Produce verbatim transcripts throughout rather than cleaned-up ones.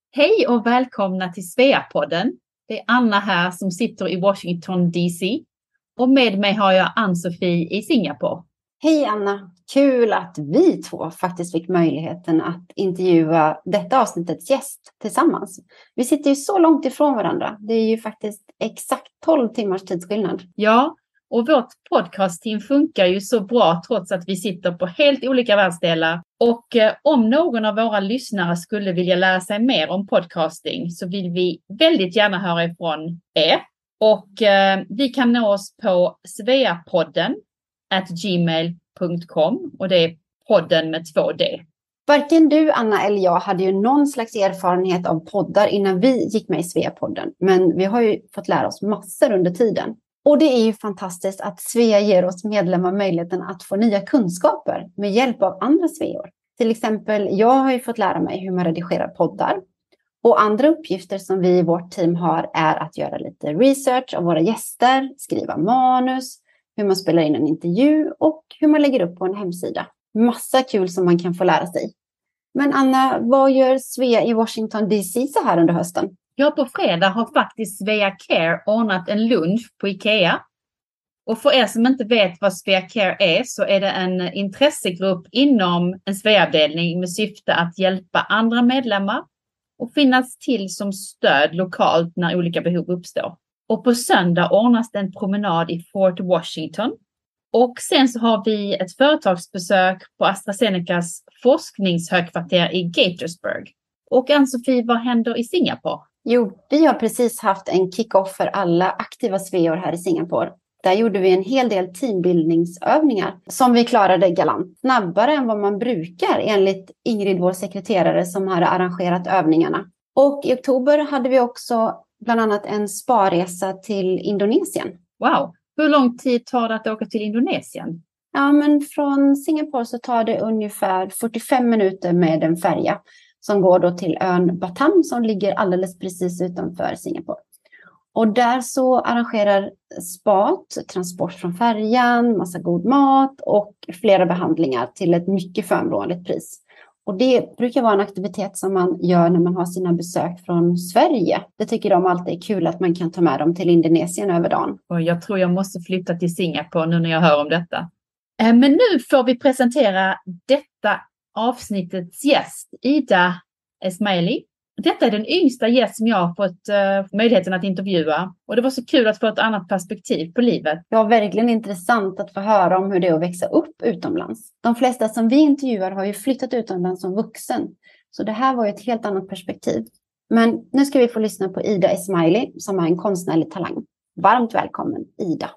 Hej och välkomna till Svea-podden. Det är Anna här som sitter i Washington D C. Och med mig har jag Ann-Sofie i Singapore. Hej Anna, kul att vi två faktiskt fick möjligheten att intervjua detta avsnittets gäst tillsammans. Vi sitter ju så långt ifrån varandra. Det är ju faktiskt exakt tolv timmars tidsskillnad. Ja, och vårt podcastteam funkar ju så bra trots att vi sitter på helt olika världsdelar. Och eh, om någon av våra lyssnare skulle vilja lära sig mer om podcasting så vill vi väldigt gärna höra ifrån er. Och eh, vi kan nå oss på sveapodden at gmail punkt com och det är podden med två D. Varken du, Anna eller jag hade ju någon slags erfarenhet av poddar innan vi gick med i Svea-podden. Men vi har ju fått lära oss massor under tiden. Och det är ju fantastiskt att Svea ger oss medlemmar möjligheten att få nya kunskaper med hjälp av andra Sveor. Till exempel, jag har ju fått lära mig hur man redigerar poddar. Och andra uppgifter som vi i vårt team har är att göra lite research av våra gäster, skriva manus, hur man spelar in en intervju och hur man lägger upp på en hemsida. Massa kul som man kan få lära sig. Men Anna, vad gör Svea i Washington D C så här under hösten? Ja, på fredag har faktiskt Svea Care ordnat en lunch på IKEA. Och för er som inte vet vad Svea Care är så är det en intressegrupp inom en Svea-avdelning med syfte att hjälpa andra medlemmar och finnas till som stöd lokalt när olika behov uppstår. Och på söndag ordnas det en promenad i Fort Washington. Och sen så har vi ett företagsbesök på AstraZenecas forskningshögkvarter i Gaithersburg. Och Ann-Sofie, vad händer i Singapore? Jo, vi har precis haft en kick-off för alla aktiva Sveor här i Singapore. Där gjorde vi en hel del teambildningsövningar som vi klarade galant. Snabbare än vad man brukar enligt Ingrid, vår sekreterare, som hade arrangerat övningarna. Och i oktober hade vi också bland annat en sparresa till Indonesien. Wow, hur lång tid tar det att åka till Indonesien? Ja, men från Singapore så tar det ungefär fyrtiofem minuter med en färja som går då till ön Batam som ligger alldeles precis utanför Singapore. Och där så arrangerar spat, transport från färjan, massa god mat och flera behandlingar till ett mycket förmånligt pris. Och det brukar vara en aktivitet som man gör när man har sina besök från Sverige. Det tycker de alltid är kul att man kan ta med dem till Indonesien över dagen. Och jag tror jag måste flytta till Singapore nu när jag hör om detta. Men nu får vi presentera detta avsnittets gäst, Ida Esmaili. Detta är den yngsta gäst som jag har fått uh, möjligheten att intervjua. Och det var så kul att få ett annat perspektiv på livet. Det var verkligen intressant att få höra om hur det är att växa upp utomlands. De flesta som vi intervjuar har ju flyttat utomlands som vuxen. Så det här var ju ett helt annat perspektiv. Men nu ska vi få lyssna på Ida Esmaili som är en konstnärlig talang. Varmt välkommen, Ida.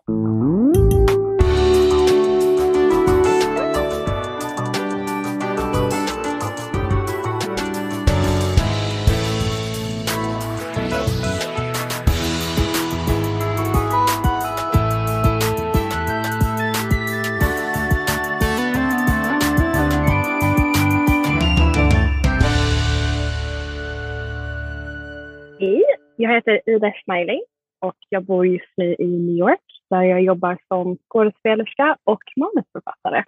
Jag heter Ida Esmaili och jag bor just nu i New York där jag jobbar som skådespelerska och manusförfattare.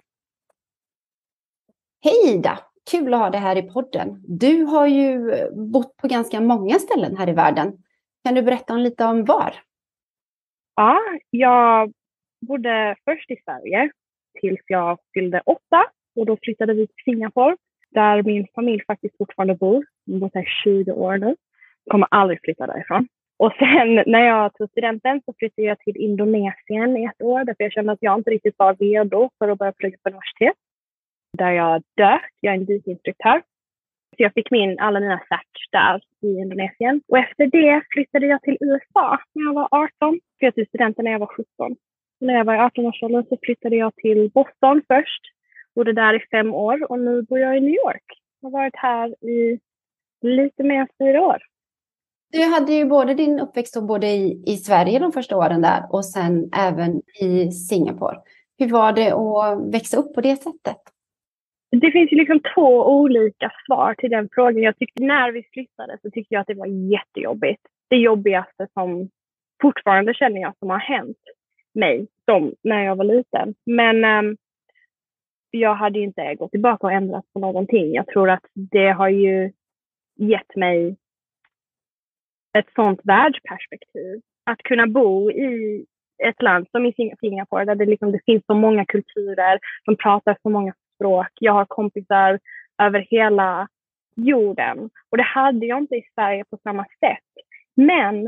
Hej Ida, kul att ha dig här i podden. Du har ju bott på ganska många ställen här i världen. Kan du berätta om lite om var? Ja, jag bodde först i Sverige tills jag fyllde åtta och då flyttade vi till Singapore där min familj faktiskt fortfarande bor. Jag har bott här tjugo år nu. Kommer aldrig flytta därifrån. Och sen när jag tog studenten så flyttade jag till Indonesien i ett år. Därför jag kände att jag inte riktigt var redo för att börja plugga på universitet. Där jag dök. Jag är en dykinstruktör. Så jag fick min, alla mina certs där i Indonesien. Och efter det flyttade jag till U S A när jag var arton. Jag tog studenten när jag var sjutton. Och när jag var i arton-årsåldern så flyttade jag till Boston först. Bodde där i fem år och nu bor jag i New York. Jag har varit här i lite mer än fyra år. Du hade ju både din uppväxt och både i, i Sverige de första åren där och sen även i Singapore. Hur var det att växa upp på det sättet? Det finns ju liksom två olika svar till den frågan. Jag tyckte när vi flyttade så tyckte jag att det var jättejobbigt. Det jobbigaste som fortfarande känner jag som har hänt mig som när jag var liten. Men um, jag hade inte gått tillbaka och ändrat på någonting. Jag tror att det har ju gett mig ett sånt världsperspektiv. Att kunna bo i ett land som i Singapore där det, liksom, det finns så många kulturer, de pratar så många språk. Jag har kompisar över hela jorden. Och det hade jag inte i Sverige på samma sätt. Men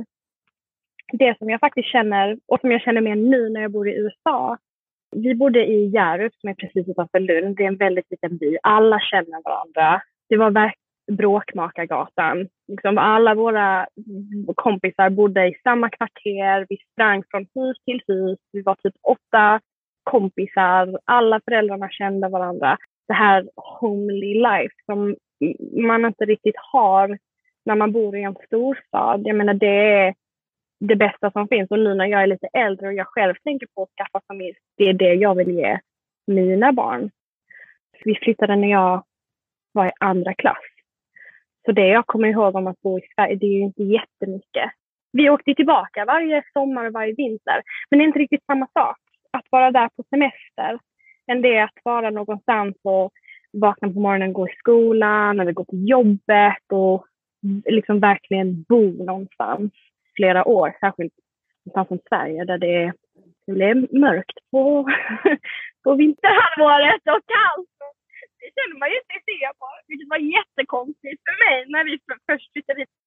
det som jag faktiskt känner, och som jag känner mer nu när jag bor i U S A. Vi bodde i Hjärup som är precis utanför Lund. Det är en väldigt liten by. Alla känner varandra. Det var verkligen Bråkmakargatan. Liksom alla våra kompisar bodde i samma kvarter. Vi sprang från hus till hus. Vi var typ åtta kompisar. Alla föräldrarna kände varandra. Det här homely life som man inte riktigt har när man bor i en storstad. Jag menar, det är det bästa som finns. Och nu när jag är lite äldre och jag själv tänker på att skaffa familj, det är det jag vill ge mina barn. Vi flyttade när jag var i andra klass. Så det jag kommer ihåg om att bo i Sverige, det är ju inte jättemycket. Vi åkte tillbaka varje sommar och varje vinter. Men det är inte riktigt samma sak att vara där på semester än det att vara någonstans och vakna på morgonen, gå i skolan eller gå till jobbet och liksom verkligen bo någonstans flera år. Särskilt någonstans som Sverige där det är mörkt på, på vinterhalvåret och kallt. Det känner man ju inte i Singapore, vilket var jättekonstigt för mig när vi först flyttade hit.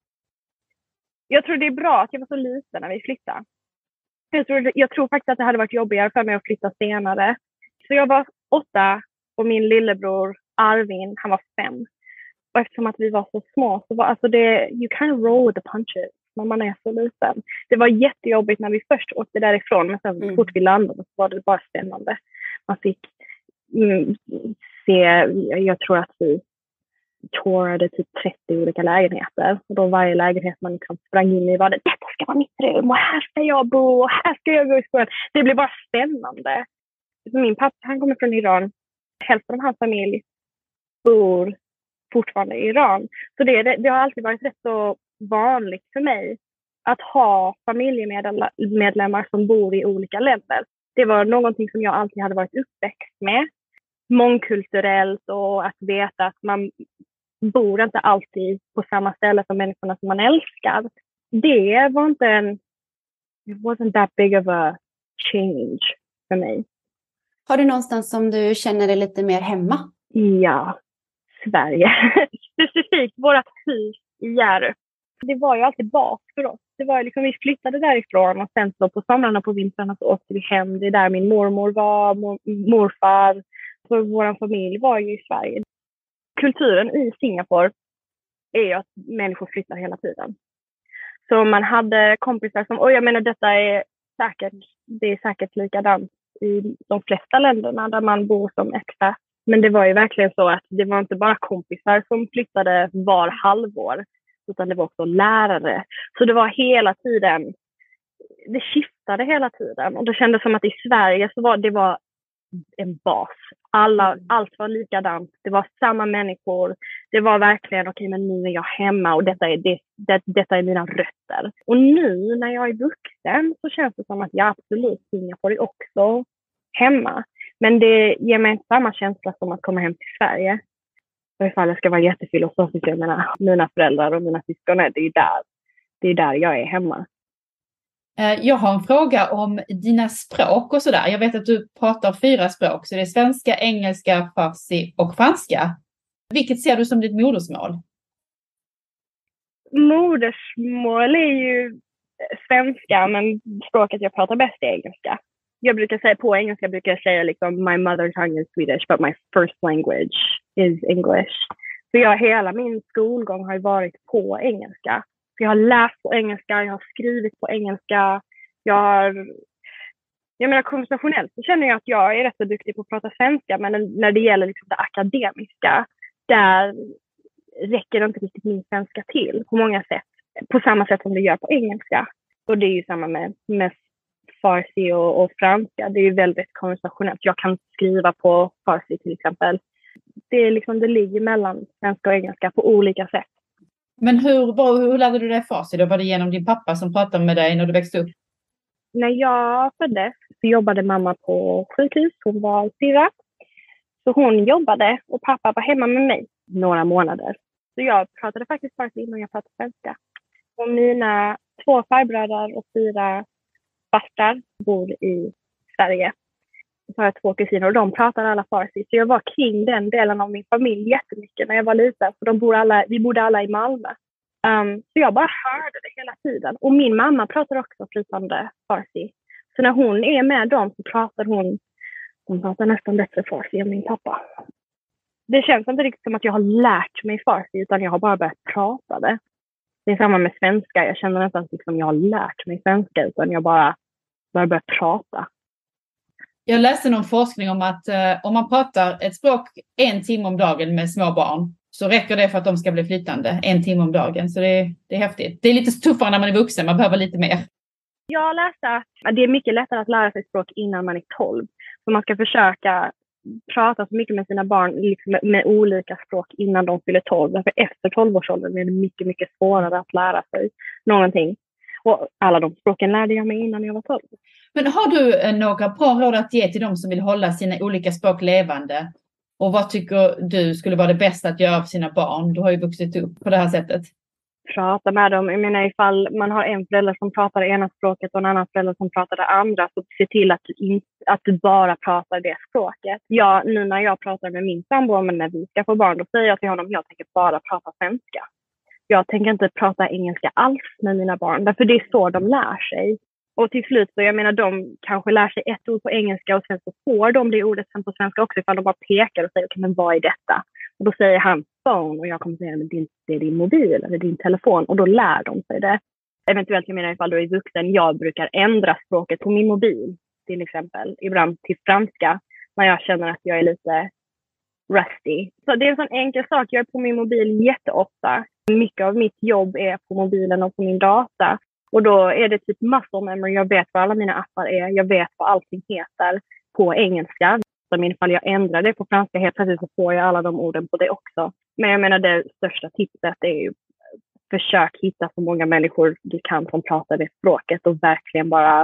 Jag tror det är bra att jag var så liten när vi flyttade. Jag tror, jag tror faktiskt att det hade varit jobbigare för mig att flytta senare. Så jag var åtta och min lillebror Arvin, han var fem. Och eftersom att vi var så små så var alltså det, you kind of roll with the punches när man är så liten. Det var jättejobbigt när vi först åkte därifrån, men sen mm. fort vi landade så var det bara spännande. Man fick mm, se, jag tror att vi tourade typ trettio olika lägenheter. Och då varje lägenhet man liksom sprang in i var det, detta ska vara mitt rum och här ska jag bo och här ska jag gå i skolan. Det blev bara spännande. Min pappa, han kommer från Iran. Hälften av hans familj bor fortfarande i Iran. Så det, det, det har alltid varit rätt så vanligt för mig att ha familjemedlemmar som bor i olika länder. Det var någonting som jag alltid hade varit uppväxt med. Mångkulturellt och att veta att man bor inte alltid på samma ställe som människorna som man älskar. Det var inte en, it wasn't that big of a change för mig. Har du någonstans som du känner dig lite mer hemma? Ja, Sverige. Specifikt vårt hus i Hjärup. Det var ju alltid bas för oss. Det var liksom, vi flyttade därifrån och sen så på somrarna på vintrarna så åkte vi hem. Det är där min mormor var, mor, morfar. Så vår familj var ju i Sverige. Kulturen i Singapore är ju att människor flyttar hela tiden. Så man hade kompisar som, och jag menar detta är säkert, det är säkert likadant i de flesta länderna där man bor som extra. Men det var ju verkligen så att det var inte bara kompisar som flyttade var halvår, utan det var också lärare. Så det var hela tiden, det skiftade hela tiden. Och det kändes som att i Sverige så var det var en bas. Alla, allt var likadant. Det var samma människor. Det var verkligen, okej, okay, men nu är jag hemma och detta är, det, det, detta är mina rötter. Och nu när jag är vuxen så känns det som att jag absolut Singapore är också hemma. Men det ger mig inte samma känsla som att komma hem till Sverige. Och ifall jag ska vara jättefilosofisk, jag menar, mina föräldrar och mina syskon, det är där, det är där jag är hemma. Jag har en fråga om dina språk och sådär. Jag vet att du pratar fyra språk, så det är svenska, engelska, farsi och franska. Vilket ser du som ditt modersmål? Modersmål är ju svenska, men språket jag pratar bäst är engelska. Jag brukar säga på engelska, brukar jag säga liksom my mother tongue is Swedish, but my first language is English. Så jag, hela min skolgång har varit på engelska. Jag har läst på engelska, jag har skrivit på engelska. Jag har, jag menar konversationellt så känner jag att jag är rätt så duktig på att prata svenska. Men när det gäller liksom det akademiska, där räcker det inte riktigt min svenska till på många sätt. På samma sätt som det gör på engelska. Och det är ju samma med, med farsi och, och franska. Det är ju väldigt konversationellt. Jag kan skriva på farsi till exempel. Det, är liksom, det ligger mellan svenska och engelska på olika sätt. Men hur, hur lärde du dig farsi då? Var det genom din pappa som pratade med dig när du växte upp? När jag föddes så jobbade mamma på sjukhus. Hon var syrra. Så hon jobbade och pappa var hemma med mig några månader. Så jag pratade faktiskt farsi innan jag pratade svenska. Och mina två farbröder och fyra fastrar bor i Sverige. Så har jag två kusiner och de pratar alla farsi. Så jag var kring den delen av min familj jättemycket när jag var liten. För de bor alla, vi bodde alla i Malmö. Um, så jag bara hörde det hela tiden. Och min mamma pratar också flytande farsi. Så när hon är med dem så pratar hon, hon pratar nästan bättre farsi än min pappa. Det känns inte riktigt som att jag har lärt mig farsi utan jag har bara börjat prata det. Det är samma med svenska. Jag känner nästan som jag har lärt mig svenska utan jag bara, bara börjat prata. Jag läste någon forskning om att eh, om man pratar ett språk en timme om dagen med små barn så räcker det för att de ska bli flytande en timme om dagen. Så det, det är häftigt. Det är lite tuffare när man är vuxen. Man behöver lite mer. Jag läste att det är mycket lättare att lära sig språk innan man är tolv. Så man ska försöka prata så mycket med sina barn liksom med, med olika språk innan de fyller tolv. Därför efter tolv-årsåldern är det mycket, mycket svårare att lära sig någonting. Och alla de språken lärde jag mig innan jag var tolv. Men har du eh, några bra råd att ge till de som vill hålla sina olika språk levande? Och vad tycker du skulle vara det bästa att göra för sina barn? Du har ju vuxit upp på det här sättet. Prata med dem. Jag menar ifall man har en förälder som pratar det ena språket och en annan förälder som pratar det andra så se till att du, in, att du bara pratar det språket. Jag, nu när jag pratar med min sambo men när vi ska få barn då säger jag till honom jag tänker bara prata svenska. Jag tänker inte prata engelska alls med mina barn därför det är så de lär sig. Och till slut så jag menar de kanske lär sig ett ord på engelska och sen så får de det ordet sen på svenska också ifall de bara pekar och säger okej men vad är detta? Och då säger han phone och jag kommer säga men det är din mobil eller din telefon och då lär de sig det. Eventuellt jag menar ifall du är vuxen, jag brukar ändra språket på min mobil till exempel, ibland till franska när jag känner att jag är lite rusty. Så det är en sån enkel sak, jag är på min mobil jätteofta. Mycket av mitt jobb är på mobilen och på min data. Och då är det typ muscle memory, jag vet vad alla mina appar är, jag vet vad allting heter på engelska. Så ifall jag ändrar det på franska helt plötsligt så får jag alla de orden på det också. Men jag menar det största tipset är ju försök hitta så många människor du kan som pratar det språket och verkligen bara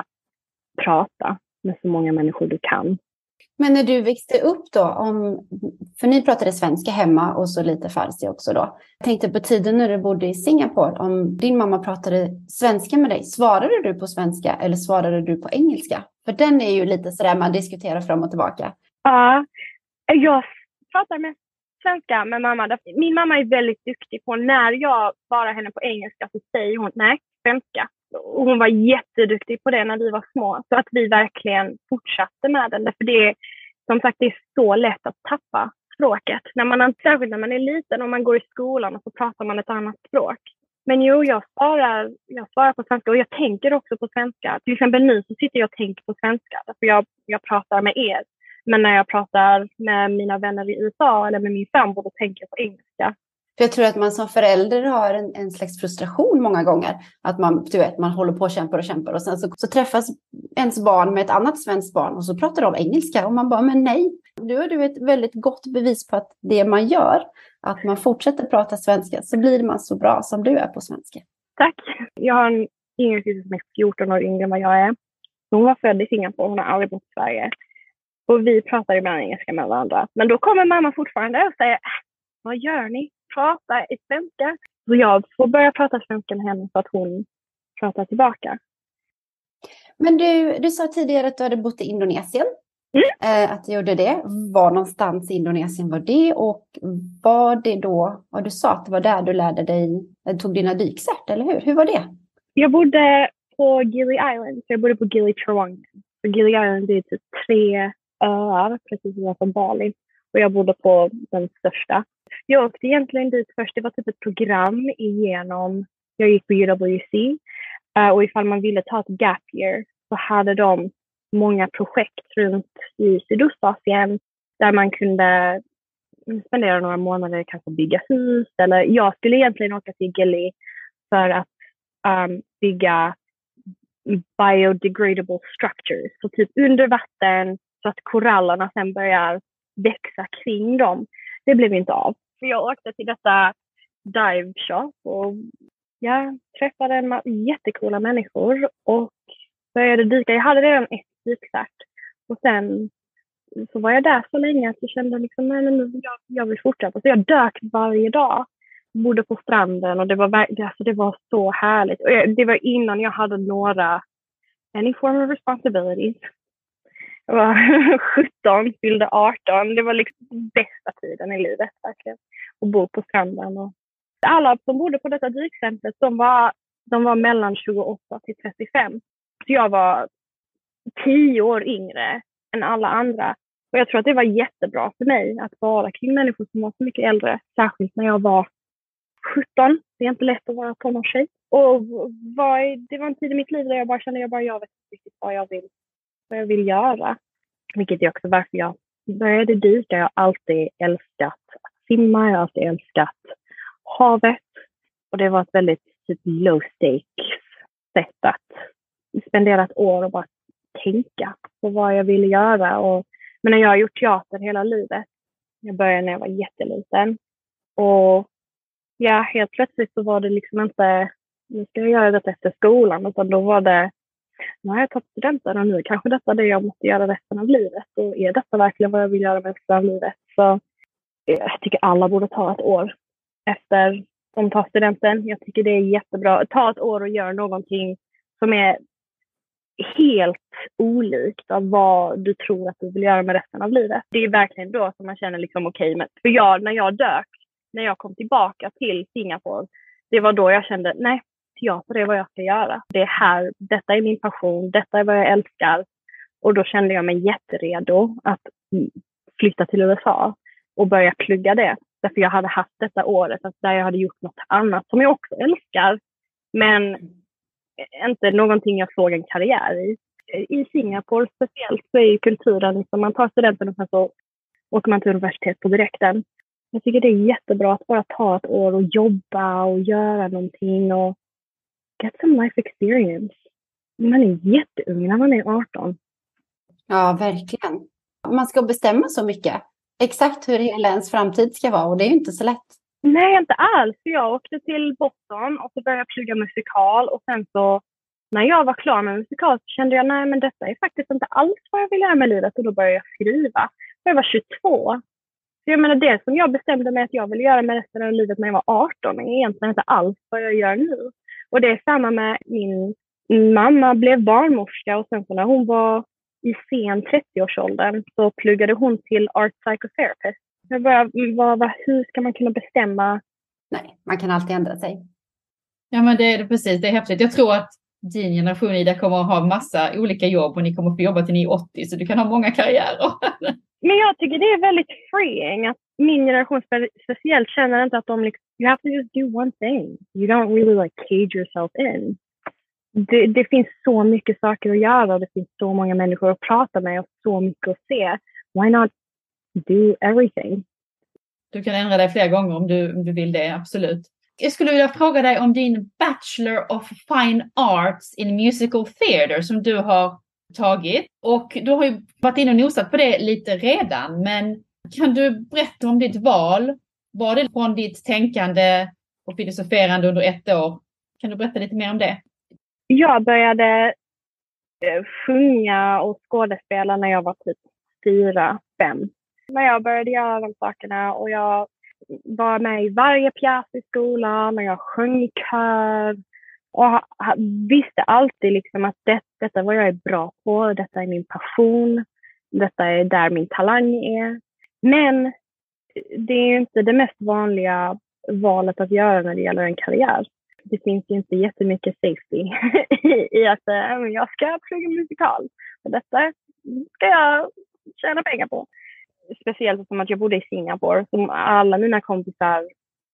prata med så många människor du kan. Men när du växte upp då, om, för ni pratade svenska hemma och så lite farsi också då. Jag tänkte på tiden när du bodde i Singapore, om din mamma pratade svenska med dig, svarade du på svenska eller svarade du på engelska? För den är ju lite sådär man diskuterar fram och tillbaka. Ja, jag pratar med svenska med mamma. Min mamma är väldigt duktig på när jag svarar henne på engelska så säger hon nej, svenska. Och hon var jätteduktig på det när vi var små. Så att vi verkligen fortsatte med den. För det är, som sagt, det är så lätt att tappa språket. När man, särskilt när man är liten och man går i skolan och så pratar man ett annat språk. Men jo, jag svarar, jag svarar på svenska och jag tänker också på svenska. Till exempel nu så sitter jag och tänker på svenska. För jag, jag pratar med er. Men när jag pratar med mina vänner i U S A eller med min sambo då tänker jag på engelska. För jag tror att man som förälder har en, en slags frustration många gånger. Att man, du vet, man håller på och kämpar och kämpar. Och sen så, så träffas ens barn med ett annat svenskt barn. Och så pratar de engelska. Och man bara, men nej. Du har du ett väldigt gott bevis på att det man gör. Att man fortsätter prata svenska. Så blir man så bra som du är på svenska. Tack. Jag har en yngre syster som är fjorton år yngre än vad jag är. Hon var född i Singapore. Hon har aldrig bott i Sverige. Och vi pratar ibland engelska med varandra. Men då kommer mamma fortfarande och säger, äh, vad gör ni? Prata i svenska. Så jag får börja prata svenska med henne så att hon pratar tillbaka. Men du, du sa tidigare att du hade bott i Indonesien. Mm. Eh, att du gjorde det. Var någonstans i Indonesien var det? Och var det då, vad du sa att det var där du lärde dig, tog dina dykcert, eller hur? Hur var det? Jag bodde på Gili Island. Jag bodde på Gili Trawangan. Så Gili Island är typ tre öar, precis som Bali. Och jag bodde på den största. Jag åkte egentligen dit först. Det var typ ett program igenom. Jag gick på U W C. Uh, och ifall man ville ta ett gap year så hade de många projekt runt i Sydostasien. Där man kunde spendera några månader, kanske bygga hus. Eller jag skulle egentligen åka till Gili för att um, bygga biodegradable structures. Så typ under vatten så att korallerna sen börjar växa kring dem. Det blev inte av. För jag åkte till detta dive shop och jag träffade en ma- jättekola människor och började dyka. Jag hade redan ett dykcert och sen så var jag där så länge att jag kände liksom, nej, men jag, jag vill fortsätta. Så jag dök varje dag. bodde på stranden och det var, alltså det var så härligt. Och jag, det var innan jag hade några, any form of responsibilities. Jag var sjutton, fyllde arton. Det var liksom bästa tiden i livet verkligen. Att bo på stranden. Och alla som bodde på detta dykcentret, de var, de var mellan tjugoåtta till trettiofem. Så jag var tio år yngre än alla andra. Och jag tror att det var jättebra för mig att vara kring människor som var så mycket äldre. Särskilt när jag var sjutton. Det är inte lätt att vara tonårstjej. Och var, det var en tid i mitt liv där jag bara kände att jag, bara, jag vet inte riktigt vad jag vill, vad jag vill göra. Vilket är också varför jag började dyka. Jag har alltid älskat att simma. Jag har alltid älskat havet. Och det var ett väldigt typ, low stakes sätt att spendera ett år och bara tänka på vad jag ville göra. Och, men jag har gjort teater hela livet. Jag började när jag var jätteliten. Och ja, helt plötsligt så var det liksom inte, nu ska jag göra det efter skolan. Utan då var det, nu har jag tagit studenten och nu kanske detta är det jag måste göra resten av livet. Och är detta verkligen vad jag vill göra med resten av livet? Så jag tycker alla borde ta ett år efter de tar studenten. Jag tycker det är jättebra. Ta ett år och göra någonting som är helt olikt av vad du tror att du vill göra med resten av livet. Det är verkligen då som man känner liksom okej. Okay, men för jag, när jag dök, när jag kom tillbaka till Singapore, det var då jag kände, nej, teater är vad jag ska göra. Det är här, detta är min passion, detta är vad jag älskar. Och då kände jag mig jätteredo att flytta till U S A och börja plugga det. Därför jag hade haft detta året där jag hade gjort något annat som jag också älskar. Men inte någonting jag såg en karriär i. I Singapore speciellt så är ju kulturen, liksom, man tar studenten och sen så åker man till universitet på direkten. Jag tycker det är jättebra att bara ta ett år och jobba och göra någonting och get some life experience. Man är jätteung när man är arton. Ja, verkligen. Man ska bestämma så mycket. Exakt hur hela ens framtid ska vara och det är ju inte så lätt. Nej, inte alls. Jag åkte till Boston och så började jag plugga musikal och sen så när jag var klar med musikal så kände jag nej men detta är faktiskt inte alls vad jag vill göra med livet och då började jag skriva. Jag var tjugotvå. Så jag menar det som jag bestämde mig att jag ville göra med resten av livet när jag var arton är egentligen inte alls vad jag gör nu. Och det är samma med min, min mamma blev barnmorska och sen så när hon var i sen trettioårsåldern så pluggade hon till art psychotherapist. Jag bara, vad, vad, hur ska man kunna bestämma? Nej, man kan alltid ändra sig. Ja men det är precis, det är häftigt. Jag tror att din generation Ida kommer att ha massa olika jobb och ni kommer att få jobba till ni är åttio så du kan ha många karriärer. Men jag tycker det är väldigt freeing att min generation speciellt känner inte att de liksom, you have to just do one thing. You don't really like cage yourself in. Det, det finns så mycket saker att göra och det finns så många människor att prata med och så mycket att se. Why not do everything? Du kan ändra dig flera gånger om du, om du vill det, absolut. Jag skulle vilja fråga dig om din Bachelor of Fine Arts in Musical Theatre som du har tagit. Och du har ju varit inne och nosat på det lite redan, men kan du berätta om ditt val? Var det från ditt tänkande och filosoferande under ett år? Kan du berätta lite mer om det? Jag började sjunga och skådespela när jag var typ fyra, fem. När jag började göra de sakerna och jag var med i varje pjäs i skolan och jag sjöng i kör och visste alltid liksom att det, detta är vad jag är bra på, detta är min passion, detta är där min talang är. Men det är inte det mest vanliga valet att göra när det gäller en karriär. Det finns ju inte jättemycket safety i att äh, jag ska plugga musikal och detta ska jag tjäna pengar på. Speciellt som att jag bodde i Singapore. Som alla mina kompisar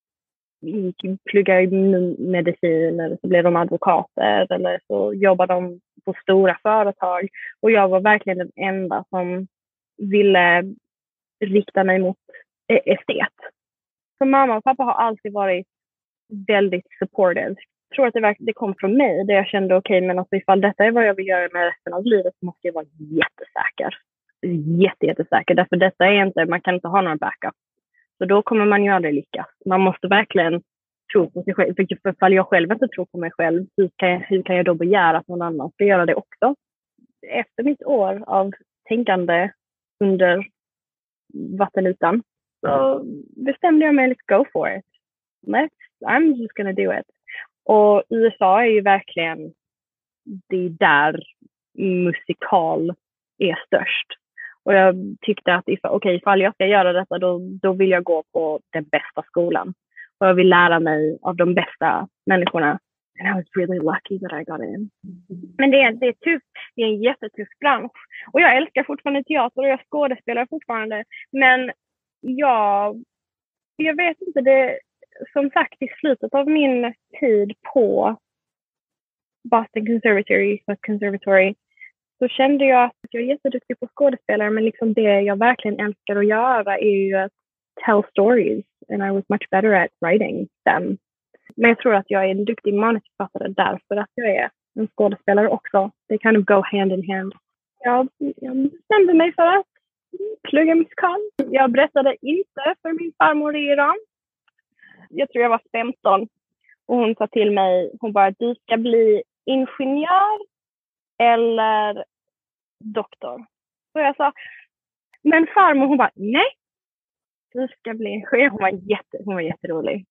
pluggade medicin eller så blev de advokater eller så jobbar de på stora företag. Och jag var verkligen den enda som ville rikta mig mot estet. Så mamma och pappa har alltid varit väldigt supportive. Jag tror att det, det kom från mig där jag kände okej, okay, men alltså ifall detta är vad jag vill göra med resten av livet så måste jag vara jättesäker. Jätte, jättesäker. Därför detta är inte, man kan inte ha några backup. Så då kommer man ju aldrig lyckas. Man måste verkligen tro på sig själv. För ifall jag själv inte tror på mig själv, hur kan jag, hur kan jag då begära att någon annan ska göra det också? Efter mitt år av tänkande under vattenytan så bestämde jag mig att go for it. let's, I'm just gonna do it. Och U S A är ju verkligen det där musikal är störst. Och jag tyckte att okej, okay, ifall jag ska göra detta då, då vill jag gå på den bästa skolan. Och jag vill lära mig av de bästa människorna. And I was really lucky that I got in. Men det är, det är tufft. Det är en jättetuff bransch. Och jag älskar fortfarande teater och jag skådespelar fortfarande. Men jag, jag vet inte, det som sagt i slutet av min tid på Boston Conservatory, Conservatory så kände jag att jag är jätteduktig på skådespelare, men liksom det jag verkligen älskar att göra är ju att tell stories, and I was much better at writing them. Men jag tror att jag är en duktig manusförfattare därför att jag är en skådespelare också. They kind of go hand in hand. Jag, jag bestämde mig för att plugga musikal. Jag berättade inte för min farmor i Iran. Jag tror jag var femton. Och hon sa till mig, hon bara, du ska bli ingenjör eller doktor. Så jag sa, men farmor, hon bara, nej. Du ska bli ingenjör. Hon var, jätte, hon var jätterolig.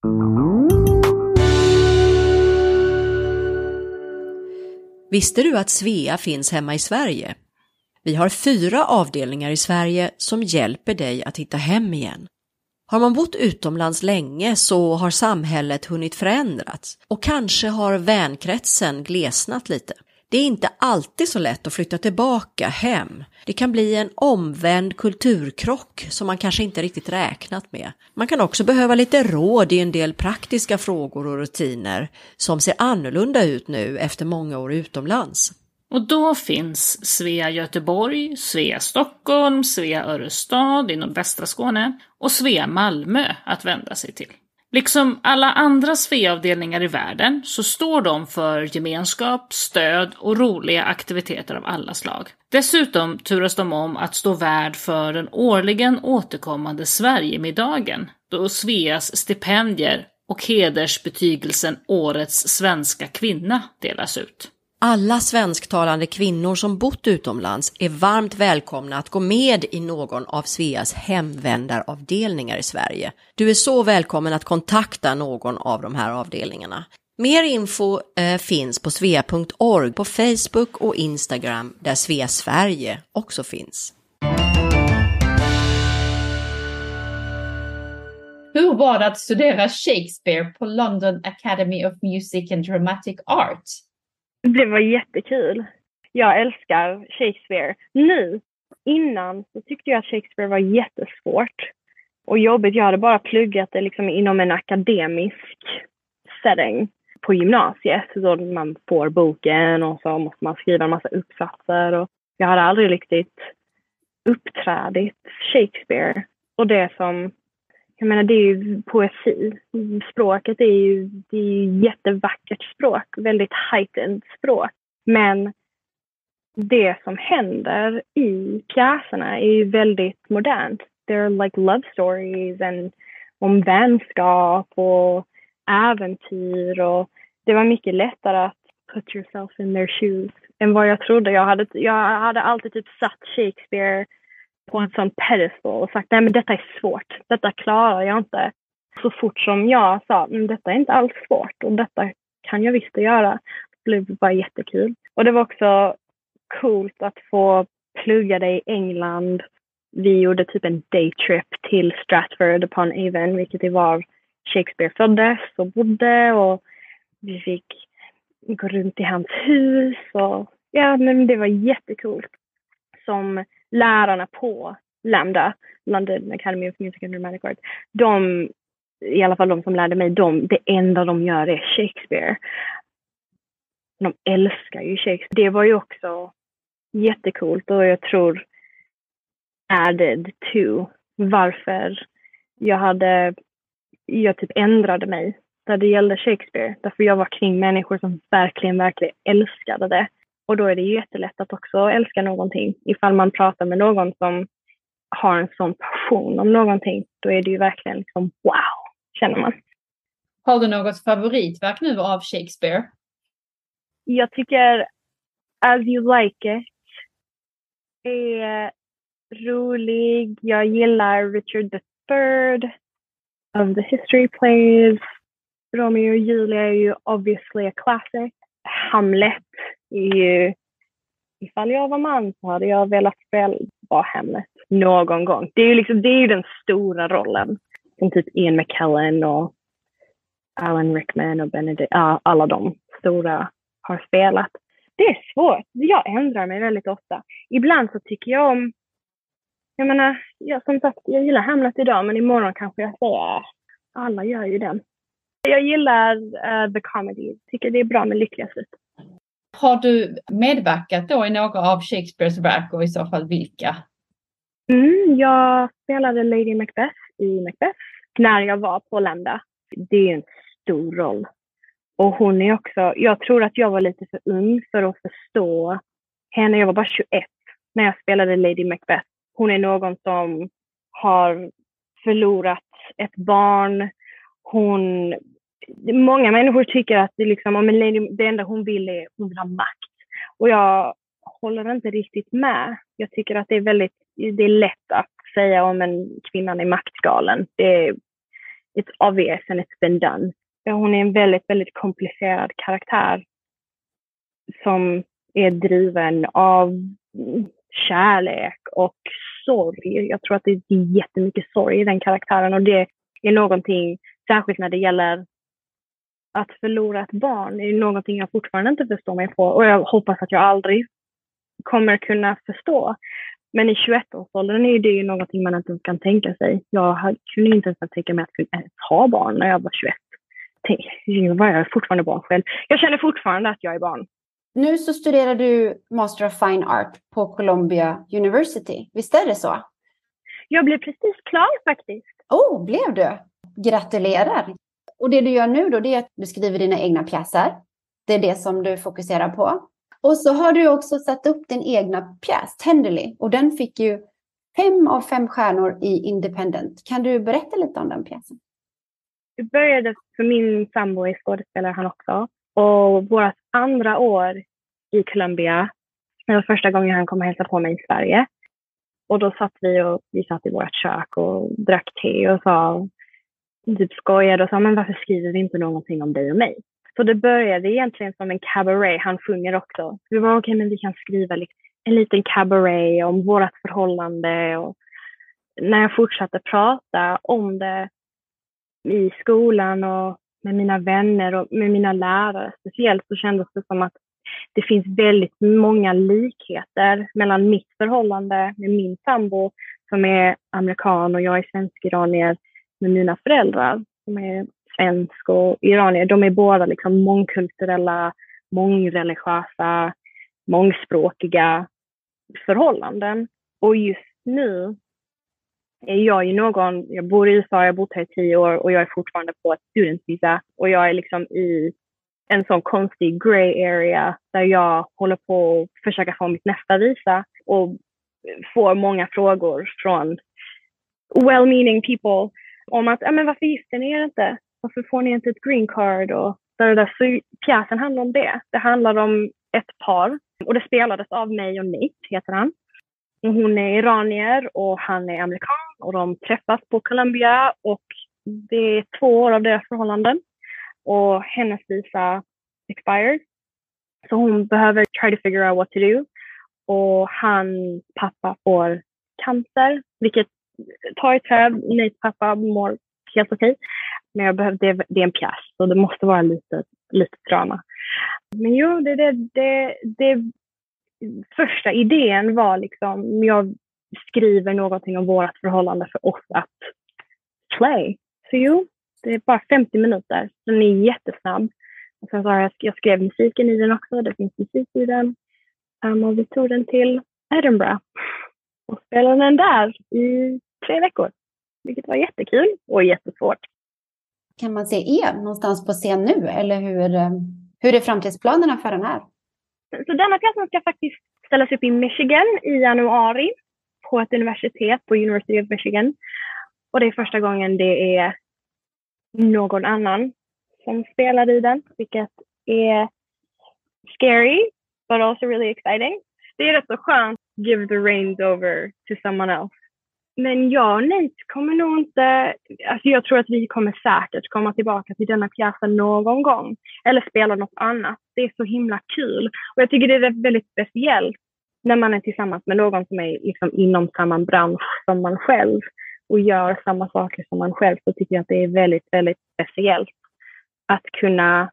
Visste du att Svea finns hemma i Sverige? Vi har fyra avdelningar i Sverige som hjälper dig att hitta hem igen. Har man bott utomlands länge så har samhället hunnit förändras och kanske har vänkretsen glesnat lite. Det är inte alltid så lätt att flytta tillbaka hem. Det kan bli en omvänd kulturkrock som man kanske inte riktigt räknat med. Man kan också behöva lite råd i en del praktiska frågor och rutiner som ser annorlunda ut nu efter många år utomlands. Och då finns Svea Göteborg, Svea Stockholm, Svea Örestad inom västra Skåne och Svea Malmö att vända sig till. Liksom alla andra Svea-avdelningar i världen så står de för gemenskap, stöd och roliga aktiviteter av alla slag. Dessutom turas de om att stå värd för den årligen återkommande Sverigemiddagen, då Sveas stipendier och hedersbetygelsen Årets svenska kvinna delas ut. Alla svensktalande kvinnor som bott utomlands är varmt välkomna att gå med i någon av Sveas hemvändaravdelningar i Sverige. Du är så välkommen att kontakta någon av de här avdelningarna. Mer info eh, finns på svea punkt org på Facebook och Instagram där Svea Sverige också finns. Hur var det att studera Shakespeare på London Academy of Music and Dramatic Art? Det var jättekul. Jag älskar Shakespeare. Nu, innan, så tyckte jag att Shakespeare var jättesvårt. Och jobbigt, jag hade bara pluggat det liksom inom en akademisk setting på gymnasiet. Så man får boken och så måste man skriva en massa uppsatser. Och jag hade aldrig riktigt uppträdit Shakespeare. Och det som, jag menar, det är ju poesi. Språket är ju, det är ju jättevackert språk. Väldigt heightened språk. Men det som händer i pjäserna är ju väldigt modernt. They're like love stories and om vänskap och äventyr. Och det var mycket lättare att put yourself in their shoes än vad jag trodde. Jag hade, jag hade alltid typ satt Shakespeare på en sån pedestal och sagt, nej men detta är svårt, detta klarar jag inte. Så fort som jag sa, men detta är inte alls svårt och detta kan jag visst göra, det blev bara jättekul. Och det var också coolt att få plugga det i England. Vi gjorde typ en daytrip till Stratford upon Avon, vilket det var Shakespeare föddes och bodde, och vi fick gå runt i hans hus och ja, men det var jättekult. Som lärarna på Lambda, London Academy of Music and Dramatic Art, de, i alla fall de som lärde mig, de, det enda de gör är Shakespeare. De älskar ju Shakespeare. Det var ju också jättekult, och jag tror added to varför jag hade, jag typ ändrade mig när det gällde Shakespeare. Därför jag var kring människor som verkligen, verkligen älskade det. Och då är det jättelätt att också älska någonting. Ifall man pratar med någon som har en sån passion om någonting, då är det ju verkligen liksom wow, känner man. Har du något favoritverk nu av Shakespeare? Jag tycker As You Like It är rolig. Jag gillar Richard the Third. of the history plays. Romeo och Julia är ju obviously a classic. Hamlet är ju, ifall jag var man så hade jag velat spela bara Hamlet någon gång. Det är ju liksom, det är ju den stora rollen. Som typ Ian McKellen och Alan Rickman och Benedict, ja, alla de stora har spelat. Det är svårt. Jag ändrar mig väldigt ofta. Ibland så tycker jag om, jag menar, jag, som sagt, jag gillar Hamlet idag, men imorgon kanske jag säger, alla gör ju den. Jag gillar uh, the comedy. Tycker det är bra med lyckliga slut. Har du medverkat då i några av Shakespeares verk och i så fall vilka? Mm, jag spelade Lady Macbeth i Macbeth när jag var på Landa. Det är en stor roll. Och hon är också, jag tror att jag var lite för ung för att förstå henne. Jag var bara tjugoett när jag spelade Lady Macbeth. Hon är någon som har förlorat ett barn. Hon, många människor tycker att det, liksom, om en lady, det enda hon vill är hon vill ha makt. Och jag håller inte riktigt med. Jag tycker att det är väldigt, det är lätt att säga om en kvinna i maktgalen. Det är it's obvious and it's been done. Hon är en väldigt, väldigt komplicerad karaktär som är driven av kärlek och sorg. Jag tror att det är jättemycket sorg i den karaktären, och det är någonting, särskilt när det gäller att förlora ett barn, är någonting jag fortfarande inte förstår mig på, och jag hoppas att jag aldrig kommer kunna förstå. Men i tjugoett-årsåldern är det ju någonting man inte kan tänka sig. Jag kunde inte ens tänka mig att kunna ha barn när jag var tjugoett. Tänk, jag var fortfarande barn själv. Jag känner fortfarande att jag är barn. Nu så studerar du Master of Fine Art på Columbia University. Visst är det så? Jag blev precis klar faktiskt. Oh, blev du? Gratulerar! Och det du gör nu då, det är att du skriver dina egna pjäser. Det är det som du fokuserar på. Och så har du också satt upp din egna pjäs, Tenderly. Och den fick ju fem av fem stjärnor i Independent. Kan du berätta lite om den pjäsen? Jag började, för min sambo är skådespelare han också. Och vårt andra år i Columbia, det var första gången han kom och hälsade på mig i Sverige. Och då satt vi och vi satt i vårt kök och drack te och sa, typ skojade och sa, men varför skriver vi inte någonting om dig och mig? Så det började egentligen som en cabaret, han sjunger också. Vi var okej, okay, men vi kan skriva en liten cabaret om vårt förhållande. Och när jag fortsatte prata om det i skolan och med mina vänner och med mina lärare speciellt, så kändes det som att det finns väldigt många likheter mellan mitt förhållande med min sambo som är amerikan och jag är svensk-iranier, med mina föräldrar som är svensk och iranier. De är båda liksom mångkulturella, mångreligiösa, mångspråkiga förhållanden. Och just nu är jag ju någon, jag bor i U S A, jag har bott här i tio år och jag är fortfarande på ett studentvisa. Och jag är liksom i en sån konstig grey area där jag håller på att försöka få mitt nästa visa och får många frågor från well-meaning people om att, ja men varför gifter ni er inte? Varför får ni inte ett green card? Och där, där, så pjäsen handlar om det. Det handlar om ett par. Och det spelades av mig och Nate, heter han. Och hon är iranier och han är amerikan. Och de träffas på Columbia. Och det är två år av deras förhållanden. Och hennes visa expired. Så hon behöver try to figure out what to do. Och hans pappa får cancer. Vilket tar ett träd. Nates pappa mår helt okej. Men jag behövde, det, det är en pjäs. Så det måste vara lite, lite drama. Men jo, det, det, det, det första idén var liksom, jag skriver någonting om vårt förhållande för oss att play. Så jo, det är bara femtio minuter. Den är jättesnabb. Och sen så har jag, jag skrev musiken i den också. Det finns musik i den. Um, och vi tog den till Edinburgh. Och spelade den där i tre veckor. Vilket var jättekul och jättesvårt. Kan man se er någonstans på scen nu? Eller hur, hur är framtidsplanerna för den här? Så denna pjäsen ska faktiskt ställas upp i Michigan i januari. På ett universitet, på University of Michigan. Och det är första gången det är någon annan som spelar i den. Vilket är scary, but also really exciting. Det är rätt så skönt. Give the reins over to someone else. Men jag nej, kommer nog inte... Alltså jag tror att vi kommer säkert komma tillbaka till denna pjäsen någon gång. Eller spela något annat. Det är så himla kul. Och jag tycker det är väldigt speciellt när man är tillsammans med någon som är liksom inom samma bransch som man själv. Och gör samma saker som man själv. Så tycker jag att det är väldigt, väldigt speciellt. Att kunna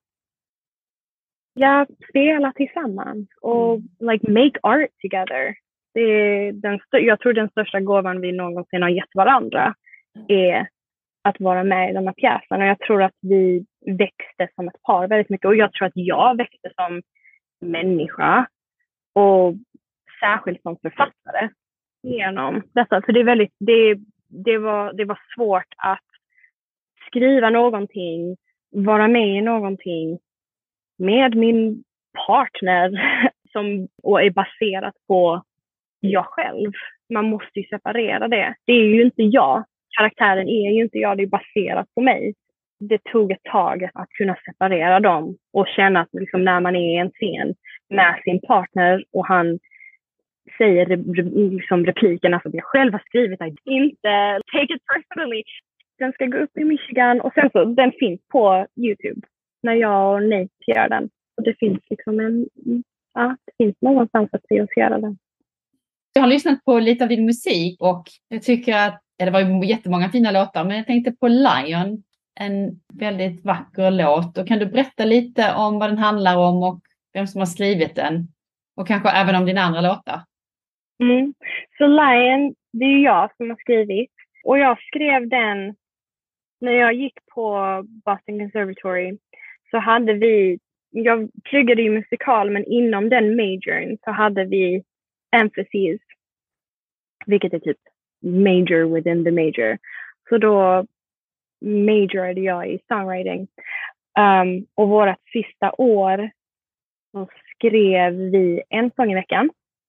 ja, spela tillsammans. Och like make art together. Det är den, jag tror den största gåvan vi någonsin har gett varandra är att vara med i den här pjäsen. Och jag tror att vi växte som ett par väldigt mycket. Och jag tror att jag växte som människa. Och särskilt som författare genom detta. För det är väldigt, det, det, var, det var svårt att skriva någonting, vara med i någonting med min partner som och är baserat på jag själv. Man måste ju separera det. Det är ju inte jag. Karaktären är ju inte jag. Det är baserat på mig. Det tog ett tag att kunna separera dem. Och känna att liksom när man är i en scen med sin partner. Och han säger liksom replikerna som jag själv har skrivit. Inte take it personally. Den ska gå upp i Michigan. Och sen så, den finns på YouTube. När jag och Nate gör den. Och det finns liksom en... Ja, det finns någonstans att se oss göra den. Jag har lyssnat på lite av din musik och jag tycker att, ja, det var ju jättemånga fina låtar, men jag tänkte på Lion, en väldigt vacker låt. Och kan du berätta lite om vad den handlar om och vem som har skrivit den? Och kanske även om dina andra låtar. Mm. Så Lion, det är jag som har skrivit. Och jag skrev den när jag gick på Boston Conservatory. Så hade vi, jag pluggade ju musikal, men inom den majorn så hade vi emphases, vilket är typ major within the major. Så då majorade jag i songwriting. Um, och vårat sista år så skrev vi en sång i veckan.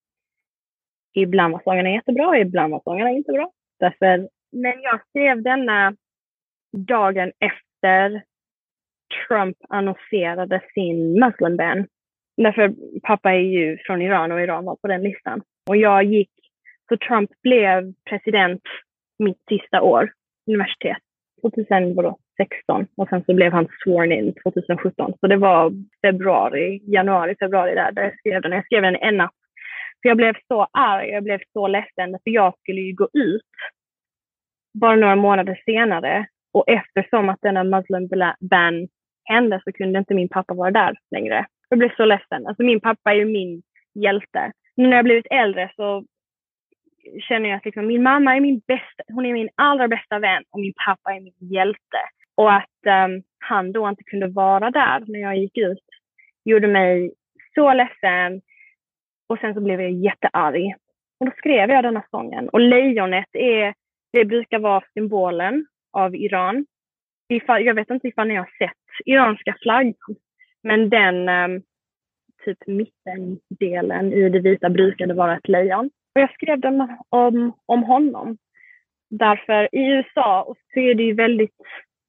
Ibland var sångerna jättebra, ibland var sångerna inte bra. Därför, men jag skrev denna dagen efter Trump annonserade sin Muslim ban. Därför pappa är ju från Iran och Iran var på den listan. Och jag gick, så Trump blev president mitt sista år, universitet, tjugohundrasexton. Och sen så blev han sworn in tjugosjutton. Så det var februari, januari, februari där, där jag skrev den. Jag skrev den en natt. För jag blev så arg, jag blev så ledsen. För jag skulle ju gå ut bara några månader senare. Och eftersom att denna Muslim ban hände så kunde inte min pappa vara där längre. Jag blev så ledsen. Alltså min pappa är ju min hjälte. Nu när jag blivit äldre så känner jag att liksom, min mamma är min bästa, hon är min allra bästa vän och min pappa är min hjälte. Och att um, han då inte kunde vara där när jag gick ut gjorde mig så ledsen. Och sen så blev jag jättearg. Och då skrev jag den här sången. Och lejonet är, det brukar vara symbolen av Iran. Jag vet inte ifall ni har sett iranska flaggor. Men den um, typ mittendelen i det vita brukade vara ett lejon. Och jag skrev den om, om honom. Därför i U S A så är det ju väldigt,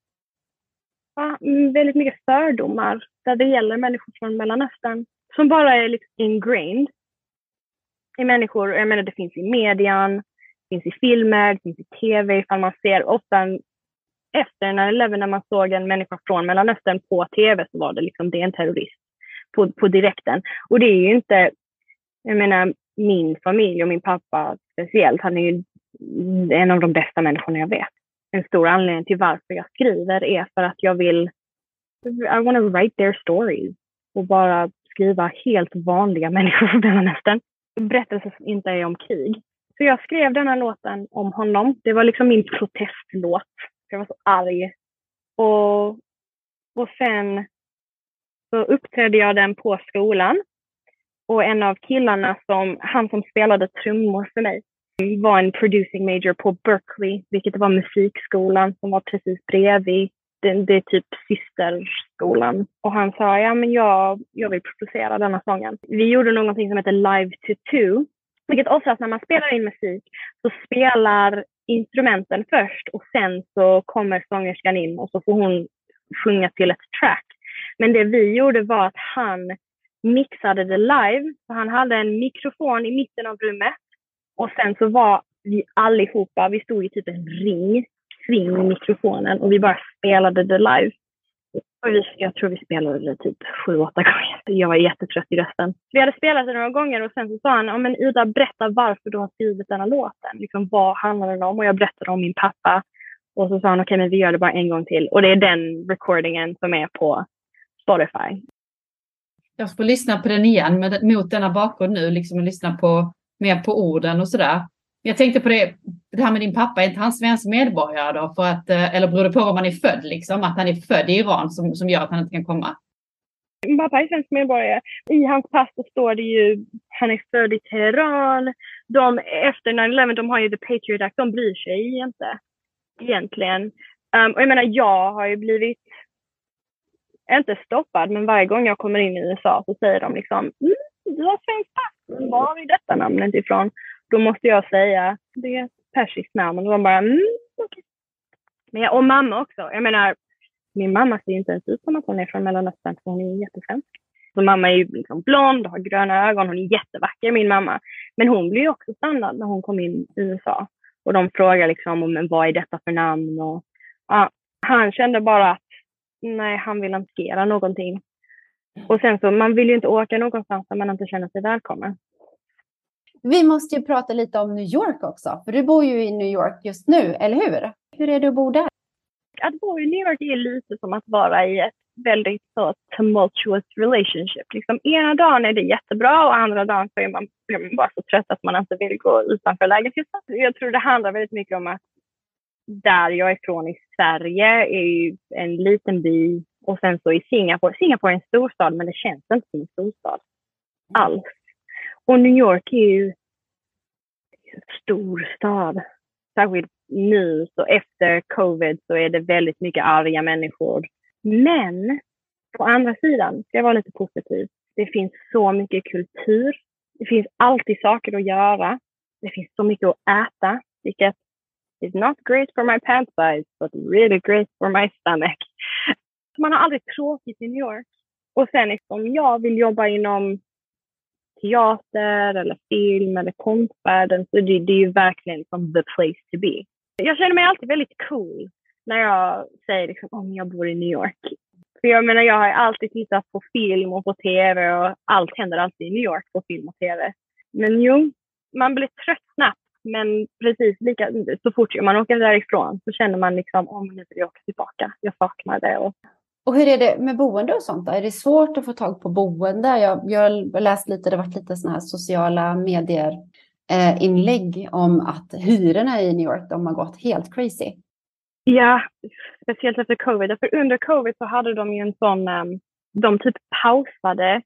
ja, väldigt mycket fördomar där det gäller människor från Mellanöstern. Som bara är liksom ingrained i människor. Jag menar det finns i median, det finns i filmer, det finns i tv. Ifall man ser ofta efter nine eleven när man såg en människa från Mellanöstern på tv så var det liksom det är en terrorist på, på direkten. Och det är ju inte, jag menar min familj och min pappa speciellt, han är ju en av de bästa människorna jag vet. En stor anledning till varför jag skriver är för att jag vill I want to write their stories och bara skriva helt vanliga människor från Mellanöstern. Berättelser som inte är om krig. Så jag skrev den här låten om honom. Det var liksom min protestlåt. Jag var så arg. Och, och sen så uppträdde jag den på skolan. Och en av killarna, som han som spelade trummor för mig, var en producing major på Berkeley. Vilket var musikskolan som var precis bredvid. Det, det är typ systerskolan. Och han sa, ja men jag, jag vill producera denna sången. Vi gjorde någonting som heter Live to Two. Vilket också att när man spelar in musik så spelar instrumenten först och sen så kommer sångerskan in och så får hon sjunga till ett track. Men det vi gjorde var att han mixade det live. Så han hade en mikrofon i mitten av rummet och sen så var vi allihopa, vi stod i typ en ring kring mikrofonen och vi bara spelade det live. Och vi, jag tror vi spelade det typ sju, åtta gånger. Jag var jättetrött i rösten. Vi hade spelat det några gånger och sen så sa han, ja men Ida, berätta varför du har skrivit den här låten. Liksom, vad handlar den om? Och jag berättade om min pappa. Och så sa han, okej okay, men vi gör det bara en gång till. Och det är den recordingen som är på Spotify. Jag får lyssna på den igen med, mot denna bakgrund nu. Liksom, och lyssna på, mer på orden och sådär. Jag tänkte på det, det här med din pappa, är inte han svensk medborgare då? För att, eller beror det på var man är född liksom? Att han är född i Iran som, som gör att han inte kan komma? Min pappa är svensk medborgare. I hans pass står det ju, han är född i Teheran. De, efter nine eleven, de har ju The Patriot Act, de bryr sig inte egentligen. Um, och jag menar, jag har ju blivit, inte stoppad, men varje gång jag kommer in i U S A så säger de liksom, mm, du har svensk pass, var är detta namnet ifrån? Då måste jag säga, det är ett persiskt namn. Och de bara, mm, okej. Men jag, och mamma också. Jag menar, min mamma ser inte ens ut som att hon är från Mellanöstern. För hon är jättesvensk. Så mamma är ju liksom blond och har gröna ögon. Hon är jättevacker, min mamma. Men hon blir ju också stannad när hon kom in i U S A. Och de frågar liksom, men vad är detta för namn? Och, ja, han kände bara att, nej, han vill inte skera någonting. Och sen så, man vill ju inte åka någonstans där man inte känner sig välkommen. Vi måste ju prata lite om New York också. För du bor ju i New York just nu, eller hur? Hur är det att bo där? Att bo i New York är lite som att vara i ett väldigt så tumultuous relationship. Liksom, ena dagen är det jättebra och andra dagen så är man, är man bara så trött att man inte vill gå utanför lägenheten. Jag tror det handlar väldigt mycket om att där jag är från i Sverige är ju en liten by. Och sen så i Singapore. Singapore är en storstad, men det känns inte som en storstad alls. Och New York är ju en stor stad. Särskilt nu, så efter covid så är det väldigt mycket arga människor. Men på andra sidan ska jag vara lite positiv. Det finns så mycket kultur. Det finns alltid saker att göra. Det finns så mycket att äta. Vilket is not great for my pant size, but really great for my stomach. Man har aldrig tråkigt i New York. Och sen om jag vill jobba inom teater eller film eller konstvärlden så det, det är ju verkligen liksom the place to be. Jag känner mig alltid väldigt cool när jag säger liksom, om jag bor i New York. För jag menar, jag har alltid tittat på film och på tv och allt händer alltid i New York på film och tv. Men jo, man blir trött snabbt. Men precis lika, så fort man åker därifrån så känner man liksom, om nu vill jag åka tillbaka. Jag saknar det. Och Och hur är det med boende och sånt då? Är det svårt att få tag på boende? Jag, jag har läst lite, det har varit lite såna här sociala medier eh, inlägg om att hyrorna i New York, de har gått helt crazy. Ja, speciellt efter covid. För under covid så hade de ju en sån, um, de typ pausade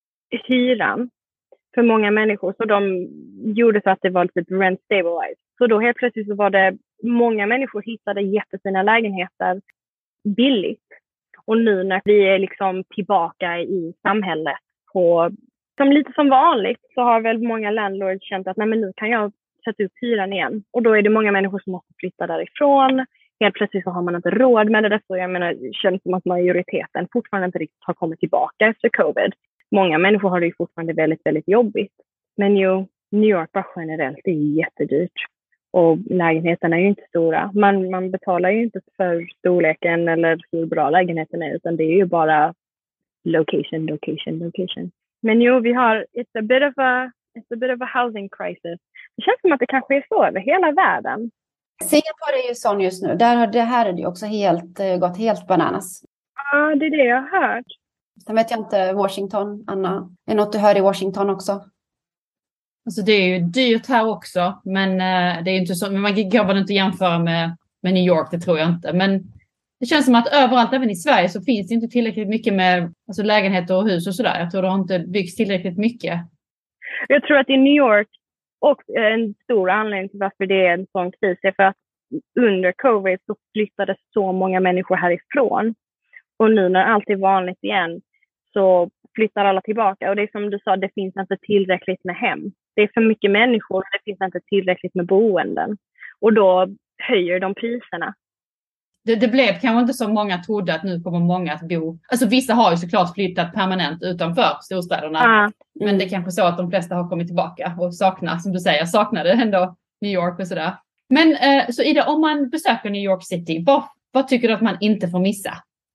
hyran för många människor. Så de gjorde så att det var typ rent stabilized. Så då helt plötsligt så var det, många människor hittade jättefina lägenheter billigt. Och nu när vi är liksom tillbaka i samhället på, som lite som vanligt, så har väl många landlords känt att nej, men nu kan jag sätta upp hyran igen. Och då är det många människor som måste flytta därifrån. Helt plötsligt så har man inte råd med det. Så jag menar, det känns som att majoriteten fortfarande inte riktigt har kommit tillbaka efter covid. Många människor har det ju fortfarande väldigt, väldigt jobbigt. Men ju, New York bara generellt är jättedyrt. Och lägenheterna är ju inte stora. Man, man betalar ju inte för storleken eller hur bra lägenheten är. Utan det är ju bara location, location, location. Men jo, vi har it's a bit of a, it's a bit of a housing crisis. Det känns som att det kanske är så över hela världen. Singapore är ju sån just nu. Där har det här är det också helt, gått helt bananas. Ja, det är det jag har hört. Sen vet jag inte, Washington, Anna. Är något du hör i Washington också? Alltså det är ju dyrt här också, men uh, det är inte så, men man kan väl inte jämföra med, med New York, det tror jag inte. Men det känns som att överallt, även i Sverige, så finns det inte tillräckligt mycket med alltså lägenheter och hus och sådär. Jag tror det har inte byggts tillräckligt mycket. Jag tror att i New York, och en stor anledning till varför det är en sån kris, är för att under covid så flyttade så många människor härifrån. Och nu när allt är vanligt igen så flyttar alla tillbaka. Och det är som du sa, det finns inte tillräckligt med hem. Det är för mycket människor och det finns inte tillräckligt med boenden. Och då höjer de priserna. Det, det blev kanske inte så många trodde att nu kommer många att bo. Alltså vissa har ju såklart flyttat permanent utanför storstäderna. Ah. Men det är kanske så att de flesta har kommit tillbaka och saknar, som du säger, saknade ändå New York och sådär. Men eh, så Ida, om man besöker New York City, vad, vad tycker du att man inte får missa?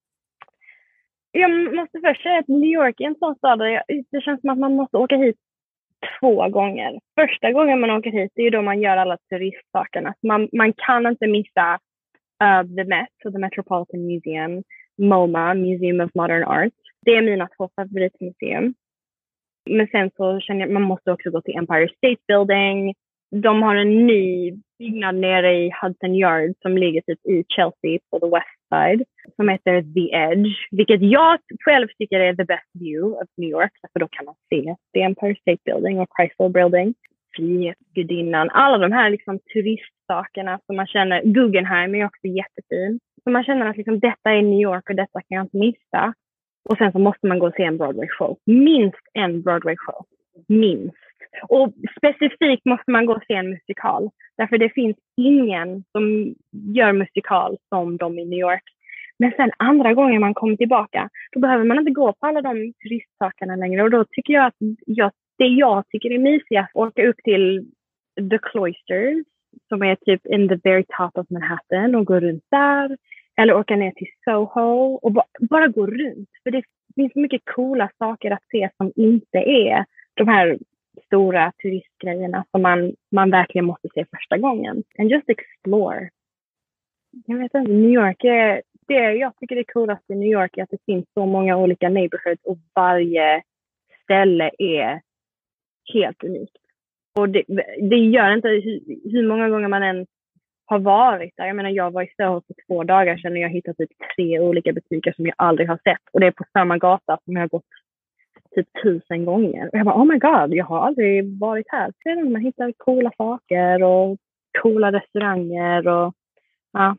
Jag måste först säga att New York är en sån stad där jag, det känns som att man måste åka hit två gånger. Första gången man åker hit är ju då man gör alla turistsakerna. Man, man kan inte missa uh, The Met, so the Metropolitan Museum, MoMA, Museum of Modern Art. Det är mina två favoritmuseum. Men sen så känner jag att man måste också gå till Empire State Building. De har en ny byggnad nere i Hudson Yard som ligger typ i Chelsea på the west side som heter The Edge, vilket jag själv tycker är the best view of New York, för då kan man se the Empire State Building och Chrysler Building, Frihetsgudinnan, alla de här liksom turistsakerna som man känner. Guggenheim är också jättefin, så man känner att liksom detta är New York och detta kan jag inte missa. Och sen så måste man gå och se en Broadway show, minst en Broadway show, minst. Och specifikt måste man gå och se en musikal. Därför det finns ingen som gör musikal som de i New York. Men sen andra gången man kommer tillbaka, då behöver man inte gå på alla de turistsakerna längre. Och då tycker jag att jag, det jag tycker är mysigast att åka upp till The Cloisters, som är typ in the very top of Manhattan, och gå runt där. Eller åka ner till Soho och bara, bara gå runt. För det finns mycket coola saker att se som inte är de här stora turistgrejerna som man, man verkligen måste se första gången. And just explore. Jag vet inte, New York är, det jag tycker det är coolast i New York är att det finns så många olika neighborhoods och varje ställe är helt unikt. Och det, det gör inte hur, hur många gånger man än har varit där. Jag menar, jag var i Soho för två dagar sedan och jag hittade typ tre olika butiker som jag aldrig har sett. Och det är på samma gata som jag har gått typ tusen gånger. Och jag bara, oh my god, jag har aldrig varit här. Sen man hittar coola saker och coola restauranger och ja,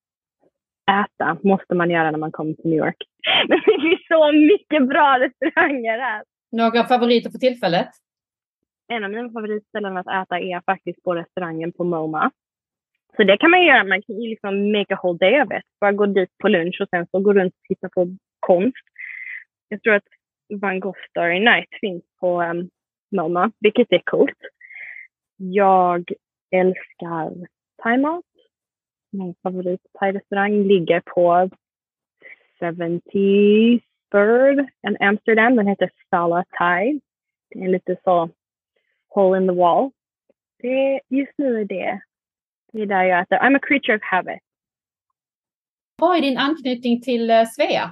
äta måste man göra när man kommer till New York. Men det finns så mycket bra restauranger här. Några favoriter för tillfället? En av mina favoritställen att äta är faktiskt på restaurangen på MoMA. Så det kan man göra, man kan ju liksom make a whole day of it. Bara gå dit på lunch och sen så gå runt och titta på konst. Jag tror att Van Gogh Starry Night finns på um, MoMA, vilket är coolt. Jag älskar thai-mat. Min favorit thai-restaurang ligger på seventy-third in Amsterdam. Den heter Sala Thai. Det är lite så hole in the wall. Det, just nu är det. Det är där jag äter. I'm a creature of habit. Vad är din anknytning till uh, Svea?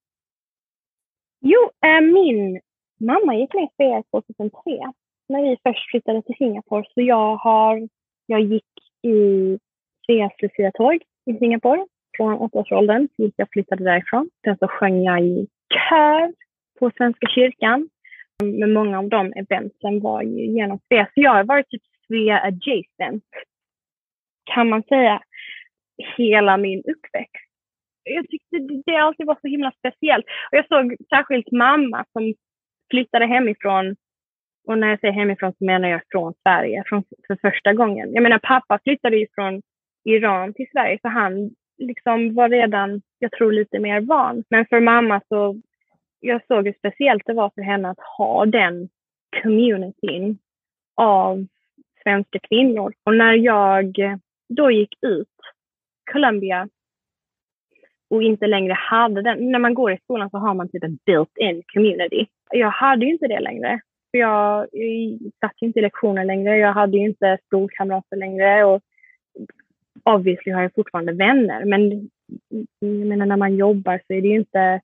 Jo, äh, min mamma gick med i Svea tjugohundratre när vi först flyttade till Singapore. Så jag, har, jag gick i Sveas Lucia-tåg i Singapore från åttaårsåldern tills jag flyttade därifrån. Sen så sjöng jag i kör på Svenska kyrkan. Men många av de eventen var ju genom Svea. Så jag har varit typ Svea adjacent, kan man säga, hela min uppväxt. Jag tyckte det alltid var så himla speciellt. Och jag såg särskilt mamma som flyttade hemifrån. Och när jag säger hemifrån så menar jag från Sverige från, för första gången. Jag menar, pappa flyttade ju från Iran till Sverige. Så han liksom var redan, jag tror, lite mer van. Men för mamma så, jag såg hur speciellt det var för henne att ha den communityn av svenska kvinnor. Och när jag då gick ut Columbia och inte längre hade den. När man går i skolan så har man typ en built-in community. Jag hade ju inte det längre. För jag, jag satt ju inte i lektioner längre. Jag hade ju inte skolkamrater längre. Och obviously har jag fortfarande vänner. Men jag menar, när man jobbar så är det ju inte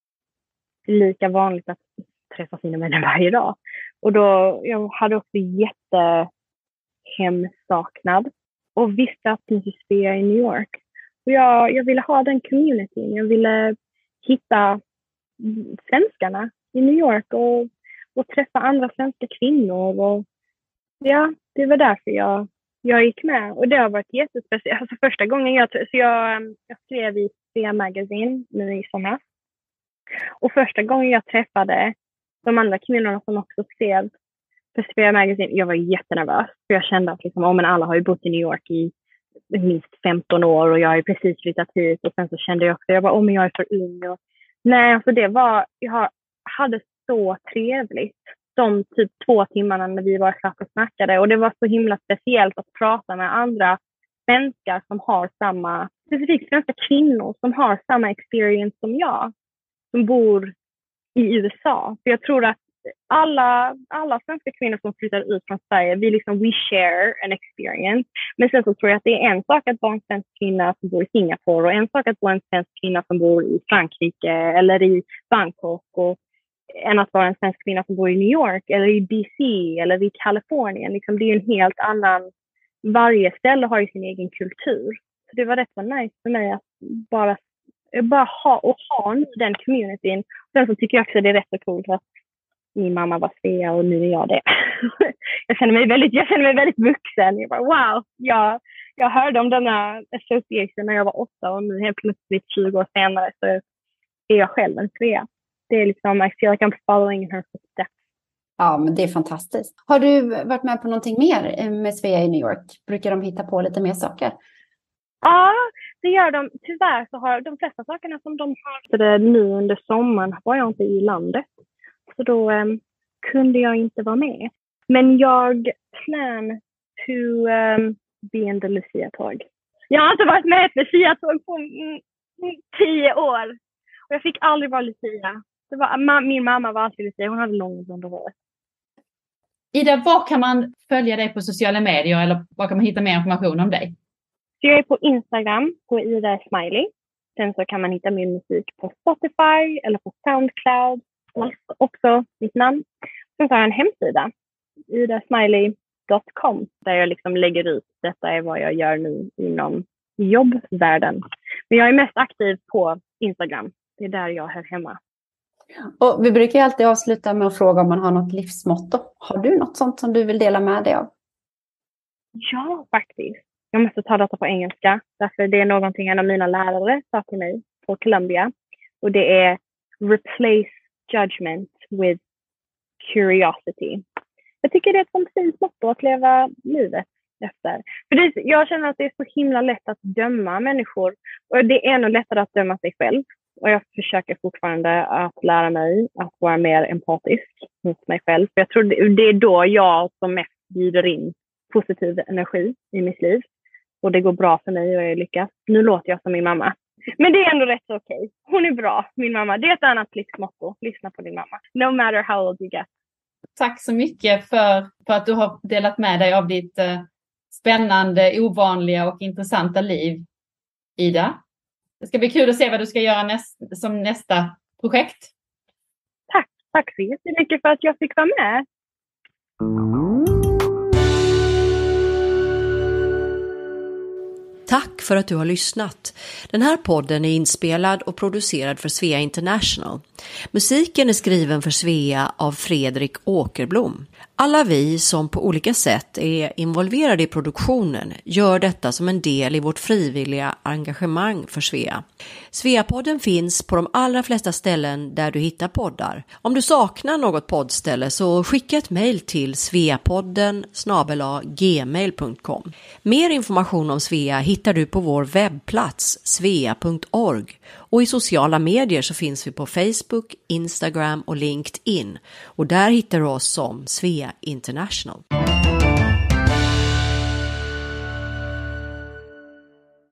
lika vanligt att träffa sina vänner varje dag. Och då, jag hade också jättehemsaknad. Och visste att det finns Svea i New York. Och jag, jag ville ha den communityn. Jag ville hitta svenskarna i New York. Och, och träffa andra svenska kvinnor. Och ja, det var därför jag, jag gick med. Och det har varit jättespeciellt. Alltså första gången jag, så jag, jag skrev i Svea Magazine nu i somras. Och första gången jag träffade de andra kvinnorna som också skrev för Svea Magazine, jag var jättenervös. För jag kände att liksom, oh, men alla har ju bott i New York i minst femton år och jag har ju precis flyttat hit. Och sen så kände jag också, jag bara, oh, men jag är för ung. Och, nej, alltså det var, jag hade så trevligt. de typ två timmarna när vi var satt och snackade. Och det var så himla speciellt att prata med andra svenskar som har samma, specifikt svenska kvinnor som har samma experience som jag, som bor i U S A. För jag tror att alla, alla svenska kvinnor som flyttar ut från Sverige, vi liksom, we share an experience. Men sen så tror jag att det är en sak att vara en svensk kvinna som bor i Singapore och en sak att vara en svensk kvinna som bor i Frankrike eller i Bangkok och än att vara en svensk kvinna som bor i New York eller i D C eller i Kalifornien. Liksom, det är en helt annan, varje ställe har ju sin egen kultur. Så det var rätt så nice för mig att bara, bara ha och ha den communityn. Sen så tycker jag också det är rätt så coolt att min mamma var Svea och nu är jag det. jag känner mig väldigt, jag känner mig väldigt vuxen. Jag bara, wow, jag, jag hörde om denna association när jag var åtta och nu helt plötsligt tjugo år senare så är jag själv en Svea. Det är liksom, I feel like I'm following her footsteps. Ja, men det är fantastiskt. Har du varit med på någonting mer med Svea i New York? Brukar de hitta på lite mer saker? Ja, det gör de. Tyvärr så har de flesta sakerna som de har det nu under sommaren var jag inte i landet. Så då um, kunde jag inte vara med. Men jag plan to um, be in the Lucia-tåg. Jag har inte varit med i ett Lucia-tåg på mm, tio år. Och jag fick aldrig vara Lucia. Det var, ma- min mamma var alltid Lucia. Hon hade långt blonda hår. Ida, var kan man följa dig på sociala medier eller var kan man hitta mer information om dig? Så jag är på Instagram på Ida Smiley. Sen så kan man hitta min musik på Spotify eller på Soundcloud. Och också mitt namn. Sen så har jag en hemsida, ida smiley dot com, där jag liksom lägger ut detta är vad jag gör nu inom jobbvärlden. Men jag är mest aktiv på Instagram. Det är där jag hör hemma. Och vi brukar ju alltid avsluta med att fråga om man har något livsmotto. Har du något sånt som du vill dela med dig av? Ja, faktiskt. Jag måste ta detta på engelska. Därför det är någonting en av mina lärare sa till mig på Columbia. Och det är replace judgment with curiosity. Jag tycker det är ett sånt fint motto att leva livet efter. För det, jag känner att det är så himla lätt att döma människor. Och det är ännu lättare att döma sig själv. Och jag försöker fortfarande att lära mig att vara mer empatisk mot mig själv. För jag tror det, det är då jag som mest bjuder in positiv energi i mitt liv. Och det går bra för mig och jag lyckas. Nu låter jag som min mamma. Men det är ändå rätt okej. Okay. Hon är bra, min mamma. Det är ett annat livsmotto. Lyssna på din mamma. No matter how old you get. Tack så mycket för, för att du har delat med dig av ditt eh, spännande, ovanliga och intressanta liv, Ida. Det ska bli kul att se vad du ska göra näst, som nästa projekt. Tack. Tack så jättemycket för att jag fick vara med. Tack för att du har lyssnat. Den här podden är inspelad och producerad för Svea International. Musiken är skriven för Svea av Fredrik Åkerblom. Alla vi som på olika sätt är involverade i produktionen gör detta som en del i vårt frivilliga engagemang för Svea. Svea-podden finns på de allra flesta ställen där du hittar poddar. Om du saknar något poddställe så skicka ett mejl till sveapodden snabel-a gmail punkt com. Mer information om Svea hittar du på vår webbplats svea punkt org och i sociala medier så finns vi på Facebook, Instagram och LinkedIn och där hittar du oss som Svea International.